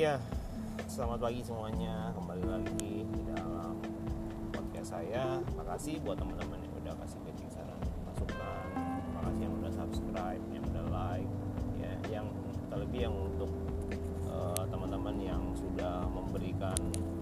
Iya, selamat pagi semuanya. Kembali lagi di dalam podcast saya. Makasih buat teman-teman yang udah kasih kritik, saran, masukan. Makasih yang udah subscribe, yang udah like, ya, yang terlebih yang untuk teman-teman yang sudah memberikan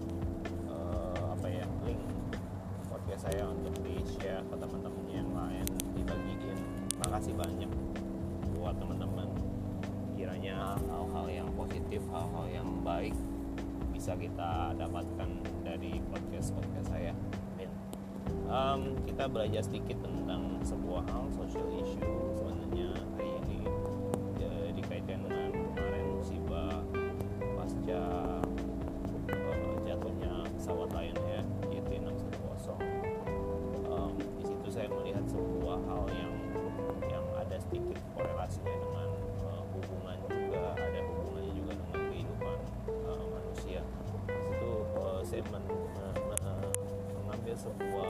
link podcast saya untuk di-share ke teman-teman yang lain, dibagiin. Makasih banyak buat teman-teman. Kiranya hal-hal yang positif, hal-hal yang baik bisa kita dapatkan dari podcast saya. Amin. Kita belajar sedikit tentang sebuah hal, social issue sebenarnya hari ini dikaitkan dengan kemarin musibah pasca jatuhnya pesawat Lion Air JT610. Di situ saya melihat sebuah hal yang ada sedikit korelasinya dengan hubungan juga, ada hubungannya juga dengan kehidupan manusia. Itu saya mengambil sebuah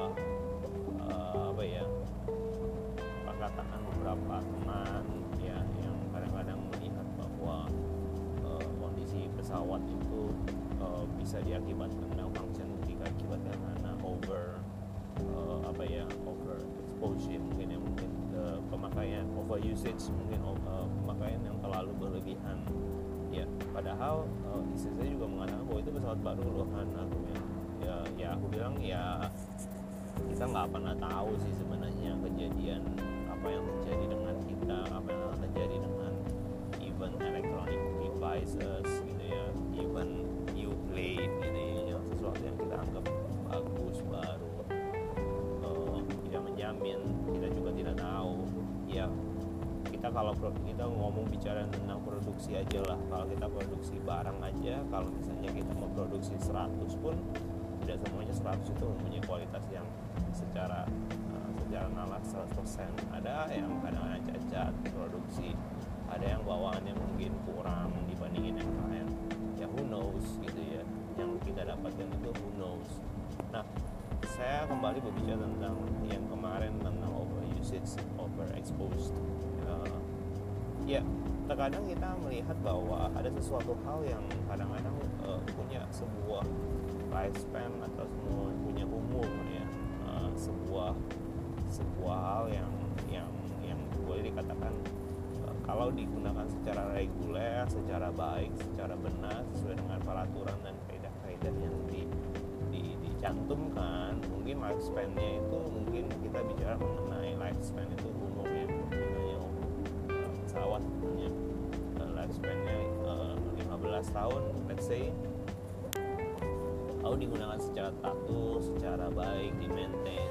perkataan beberapa teman ya yang kadang-kadang melihat bahwa kondisi pesawat itu bisa diakibatkan malfunction, diakibatkan karena over exposure mungkin pemakaian, over usage, mungkin pemakaian yang terlalu berlebihan ya. Padahal istri saya juga mengatakan bahwa itu pesawat baru loh Han. Aku bilang ya kita nggak pernah tahu sih sebenarnya kejadian apa yang terjadi dengan kita, apa yang terjadi dengan even electronic devices gitu ya, even new plane gitu ya, sesuatu yang kita anggap bagus baru tidak menjamin, kita juga tidak tahu ya. Kalau kita ngomong bicara tentang produksi aja lah, kalau kita produksi barang aja, kalau misalnya kita memproduksi 100 pun tidak semuanya 100 itu mempunyai kualitas yang secara nalar 100%. Ada yang kadang-kadang cacat produksi, ada yang bawaannya mungkin kurang dibandingin yang lain ya, who knows gitu ya, yang kita dapatkan itu who knows. Nah, saya kembali berbicara tentang yang kemarin tentang overusage, overexposed. Ya, terkadang kita melihat bahwa ada sesuatu hal yang kadang-kadang punya sebuah lifespan atau punya umur ya, sebuah hal yang boleh dikatakan kalau digunakan secara reguler, secara baik, secara benar, sesuai dengan peraturan dan kaidah-kaidah yang dicantumkan, mungkin lifespan-nya itu, mungkin kita bicara mengenai lifespan itu umurnya, pesawat punya lifespan-nya 15 tahun let's say. Kalau digunakan secara teratur, secara baik, di-maintain,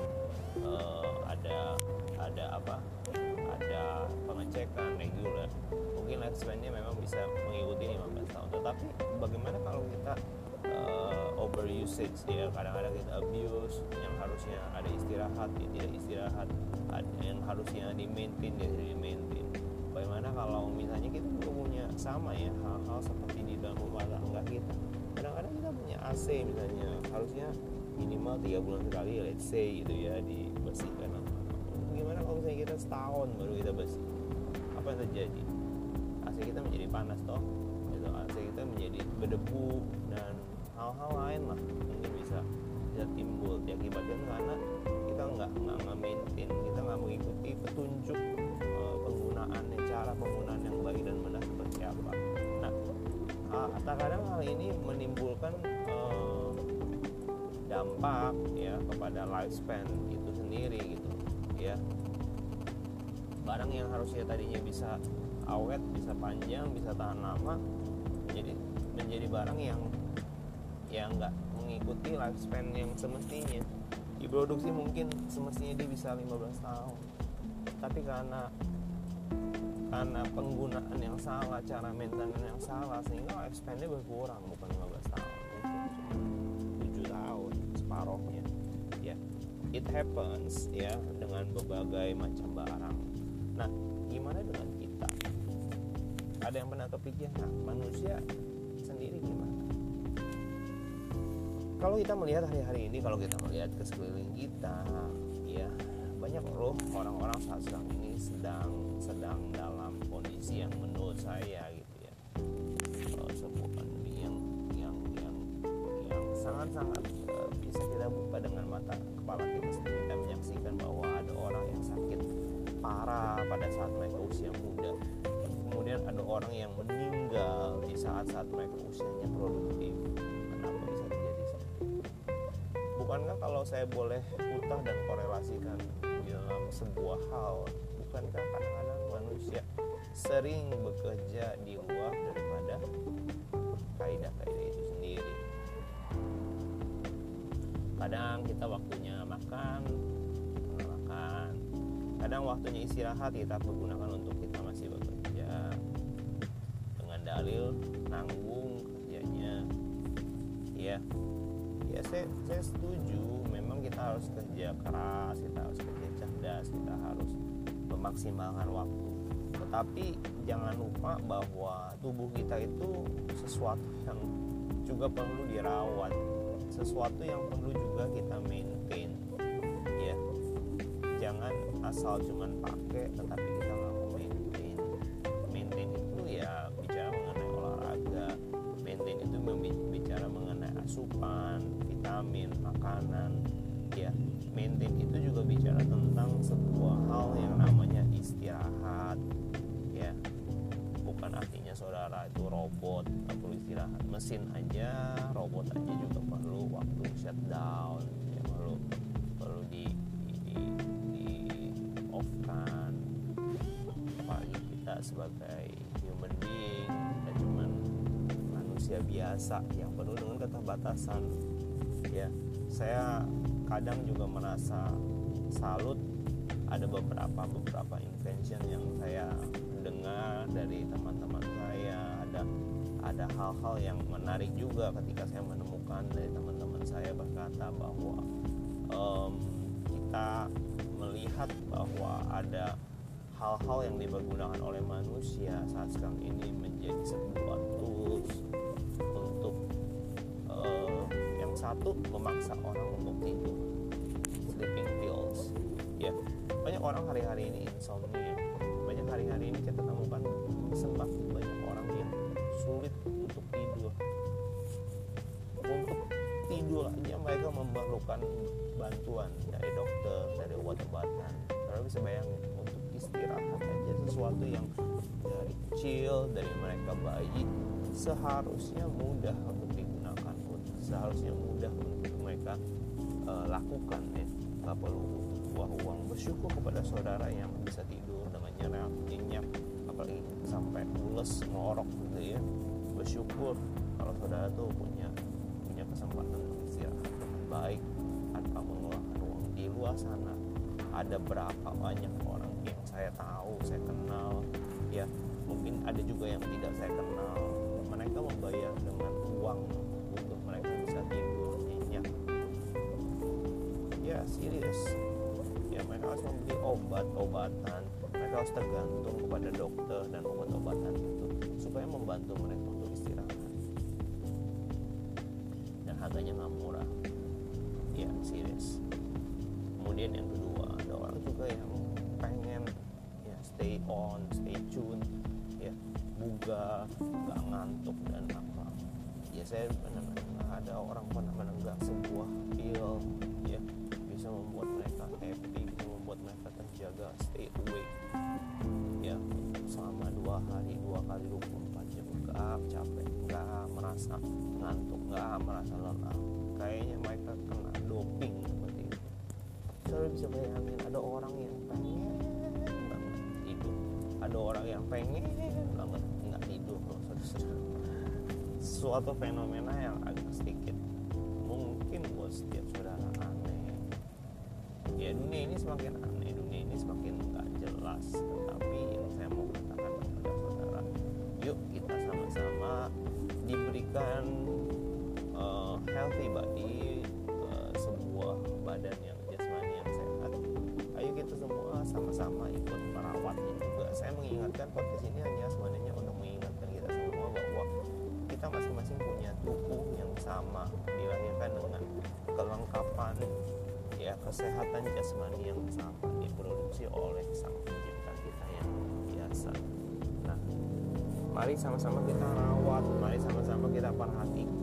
ada pengecekan reguler, mungkin lifespan-nya memang bisa mengikuti 15 tahun. Tetapi bagaimana kalau kita overusage ya, kadang-kadang kita abuse, yang harusnya ada istirahat ya tidak istirahat, yang harusnya di-maintain ya tidak di-maintain. Bagaimana kalau misalnya kita punya sama ya hal-hal seperti di dalam rumah tangga kita, kadang-kadang kita punya AC misalnya, harusnya minimal 3 bulan sekali let's say gitu ya dibersihkan. Gimana kalau misalnya kita setahun baru kita bersih, apa yang terjadi? AC kita menjadi panas toh gitu, AC kita menjadi berdebu dan hal-hal lain lah mungkin bisa timbul diakibatkan karena kita nggak maintain, kita nggak mengikuti petunjuk cara penggunaan yang baik dan benar seperti apa. Nah, terkadang hal ini menimbulkan dampak ya kepada lifespan itu sendiri gitu ya. Barang yang harusnya tadinya bisa awet, bisa panjang, bisa tahan lama, menjadi barang yang nggak mengikuti lifespan yang semestinya. Diproduksi mungkin semestinya dia bisa 15 tahun, tapi karena penggunaan yang salah, cara maintenance yang salah, sehingga lifespan-nya berkurang, bukan 15 tahun, mungkin 7 tahun, separohnya ya. It happens ya dengan berbagai macam barang. Nah, gimana dengan kita? Ada yang pernah kepikiran manusia sendiri gimana? Kalau kita melihat hari-hari ini, kalau kita melihat ke sekeliling kita ya, banyak loh orang-orang saat sekarang ini sedang dalam kondisi yang menurut saya gitu ya, sebuah pandemi yang sangat-sangat bisa kita buka dengan mata kepala kita sendiri. Kita menyaksikan bahwa ada orang yang sakit parah pada saat mereka usia muda, kemudian ada orang yang meninggal di saat-saat mereka usianya produktif. Kenapa bisa terjadi seperti itu? Bukankah kalau saya boleh putar dan korelasikan di dalam sebuah hal, bukankah kadang-kadang manusia sering bekerja di luar daripada kaidah-kaidah itu sendiri? Kadang kita waktunya makan, kadang waktunya istirahat kita pergunakan untuk kita masih bekerja dengan dalil nanggung kerjanya. Ya saya setuju, memang kita harus kerja keras, kita harus kerja cerdas, kita harus memaksimalkan waktu. Tetapi jangan lupa bahwa tubuh kita itu sesuatu yang juga perlu dirawat, sesuatu yang perlu juga kita maintain. Ya, jangan asal cuman pakai tetapi kita nggak mau maintain. Maintain itu ya bicara mengenai olahraga, maintain itu bicara mengenai asupan, vitamin, makanan. Ya, maintain itu juga bicara tentang sebuah hal yang namanya istirahat. Ya, bukan artinya saudara itu robot tak perlu istirahat. Mesin aja, robot aja juga perlu waktu shutdown, ya, perlu di off kan. Apalagi kita sebagai human being, kita cuman manusia biasa yang penuh dengan keterbatasan. Ya, saya kadang juga merasa salut, ada beberapa invention yang saya dengar dari teman-teman saya, ada hal-hal yang menarik juga ketika saya menemukan dari teman-teman saya berkata bahwa kita melihat bahwa ada hal-hal yang dipergunakan oleh manusia saat sekarang ini menjadi sebuah tools untuk yang satu memaksa orang untuk tidur, sleeping pills. Ya, banyak orang hari-hari ini insomnia. Banyak hari-hari ini kita temukan semakin banyak orang yang sulit untuk tidur. Untuk tidur aja mereka memerlukan bantuan dari dokter, dari obat-obatan. Kalian bisa bayangin, untuk istirahat aja sesuatu yang dari kecil, dari mereka bayi, seharusnya mudah untuk digunakan, seharusnya mudah untuk mereka lakukan. Gak perlu uang. Bersyukur kepada saudara yang bisa tidur dengan nyenyak, apalagi sampai pules ngorok gitu ya. Bersyukur kalau saudara tuh punya kesempatan untuk istirahat dengan baik tanpa mengeluarkan uang. Di luar sana ada berapa banyak orang yang saya tahu, saya kenal, ya mungkin ada juga yang tidak saya kenal, mereka membayar dengan uang untuk mereka bisa tidur nyenyak. Ya serius, ya mereka harus membeli obat-obatan, mereka harus tergantung kepada dokter dan obat-obatan itu supaya membantu mereka untuk istirahat, dan harganya nggak murah. Ya serius. Kemudian yang kedua, ada orang juga yang pengen ya stay tune, ya bugar, nggak ngantuk dan apa. Ya saya benar-benar ada orang pernah menenggak sebuah pil, ya bisa membuat mereka happy, bisa membuat mereka terjaga, stay awake, ya selama 2 kali 24 jam, nggak capek, nggak merasa ngantuk, nggak merasa lelah. Kayaknya mereka kena doping seperti itu. Saudara bisa bayangin, ada orang yang pengen banget tidur, ada orang yang pengen banget nggak tidur. Saudara, suatu fenomena yang agak sedikit mungkin buat setiap saudara aneh. Ya dunia ini semakin aneh, dunia ini semakin nggak jelas. Tetapi yang saya mau katakan kepada saudara, yuk kita sama-sama diberikan healthy body, sebuah badan yang jasmani yang sehat. Ayo kita semua sama-sama ikut merawatnya juga. Saya mengingatkan podcast ini hanya sebenarnya untuk mengingatkan kita semua bahwa kita masing-masing punya tubuh yang sama, dilahirkan dengan kelengkapan, ya kesehatan jasmani yang sama, diproduksi oleh sang pencipta kita yang biasa. Nah, mari sama-sama kita rawat, mari sama-sama kita perhatikan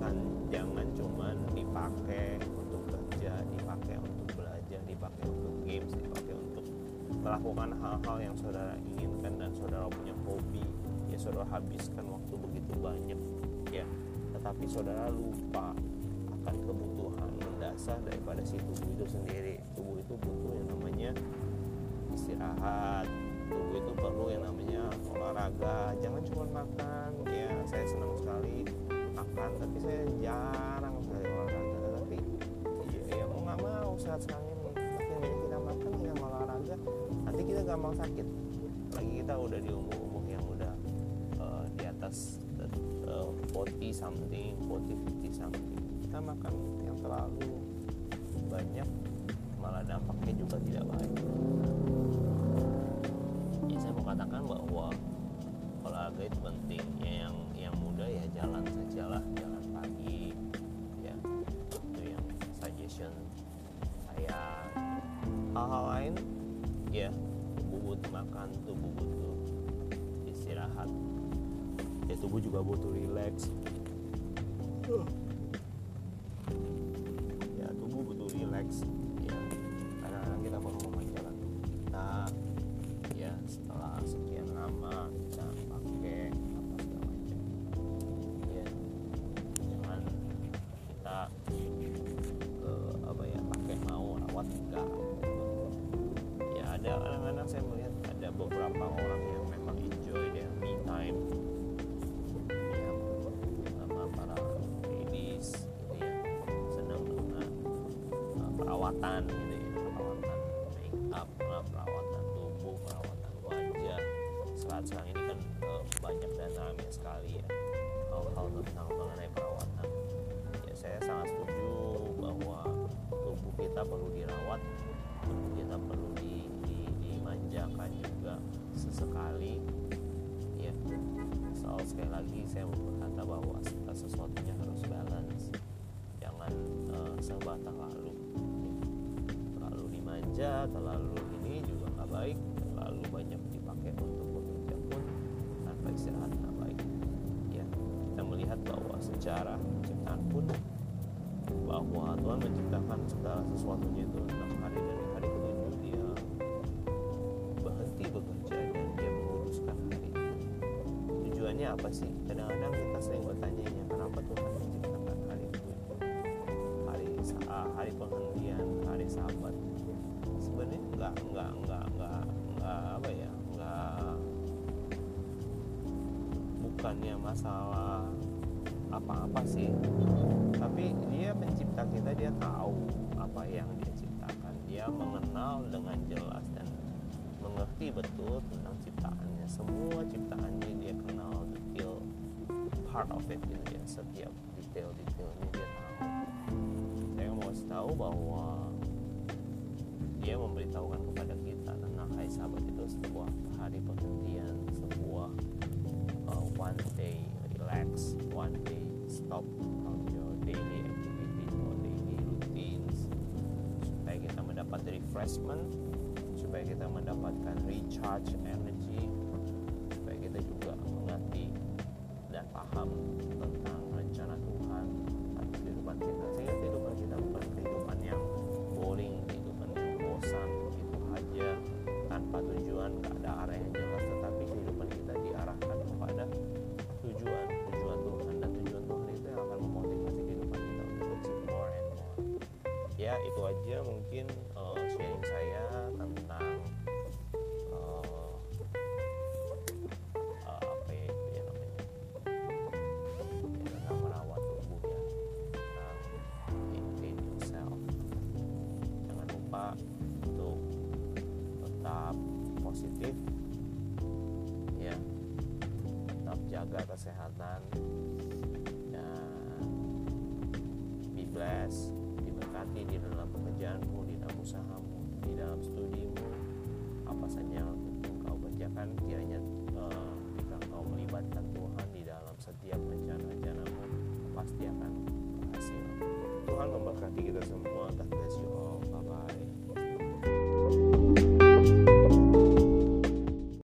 jangan cuman dipakai untuk kerja, dipakai untuk belajar, dipakai untuk games, dipakai untuk melakukan hal-hal yang saudara inginkan dan saudara punya hobi. Ya saudara habiskan waktu begitu banyak ya, tetapi saudara lupa akan kebutuhan mendasar daripada si tubuh itu sendiri. Tubuh itu butuh yang namanya istirahat, tubuh itu perlu yang namanya olahraga. Jangan cuma makan. Ya saya senang sekali makan, tapi saya jarang sekali olahraga. Tapi ya mau nggak mau saat sekarang ini makin banyak kita makan, kita olahraga, nanti kita gampang sakit. Lagi kita udah di umur yang udah di atas 40 something, 50 something. Kita makan yang terlalu banyak malah dampaknya juga tidak baik. Ya saya mau katakan bahwa olahraga itu penting. Ya, yang muda ya jalan sajalah, jalan pagi ya, itu yang suggestion saya. Hal-hal lain ya, tubuh butuh makan, tubuh butuh istirahat ya, tubuh juga butuh relax ya, tubuh butuh relax ya. Kadang-kadang kita perlu jalan kita ya, setelah sekian lama kita pakai apa segala macam ya, jangan kita pakai mau rawat enggak ya. Ada kadang-kadang saya melihat ada beberapa orang yang memang enjoy their me time ya, sama para ladies gitu ya, senang dengan perawatan gitu ya, perawatan make up, perawatan tubuh, perawatan wajah. Sekarang ini kan banyak dan ramai sekali ya hal-hal tentang mengenai perawatan ya. Saya sangat setuju bahwa tubuh kita perlu dirawat, tubuh kita perlu dimanjakan juga sesekali ya. Soal sekali lagi saya mau berkata bahwa segala sesuatunya harus balance, jangan serba terlalu ya. Terlalu dimanja, terlalu ini juga nggak baik, terlalu banyak dipakai untuk bekerja pun tanpa istirahat nggak baik ya. Kita melihat bahwa secara penciptaan pun bahwa Tuhan menciptakan segala sesuatunya itu dalam hari dari hari ketujuh dia berhenti bekerja dan dia menguduskan hari itu. Tujuannya apa sih? Kadang-kadang kita sering bertanya ya, kenapa Tuhan menciptakan hari ketujuh, hari penghentian, hari Sabat? Sebenarnya enggak bukannya masalah apa-apa sih, tapi dia pencipta kita, dia tahu apa yang dia ciptakan, dia mengenal dengan jelas dan mengerti betul tentang ciptaannya. Semua ciptaannya dia kenal detail part of it gitu ya, setiap detail-detailnya dia tahu. Saya mau tahu bahwa dia memberitahukan kepada kita tentang hari Sabat itu sebuah hari penghentian, sebuah one day relax, one day stop from your daily activity or daily routines, supaya kita mendapat refreshment, supaya kita mendapatkan recharge energy, supaya kita juga mengerti dan paham tentang rencana Tuhan atas kehidupan kita. Sehingga kehidupan kita bukan kehidupan yang boring, kehidupan yang bosan begitu aja tanpa tujuan, gak ada arah yang jelas, tetapi kehidupan kita diarahkan kepada tujuan Tuhan, dan tujuan Tuhan itu yang akan memotivasi kehidupan kita untuk achieve more and more. Ya itu aja mungkin sharing saya tentang apa ya itu ya namanya ya, tentang merawat tubuh ya, tentang maintain yourself. Jangan lupa untuk tetap positif ya, tetap jaga kesehatan,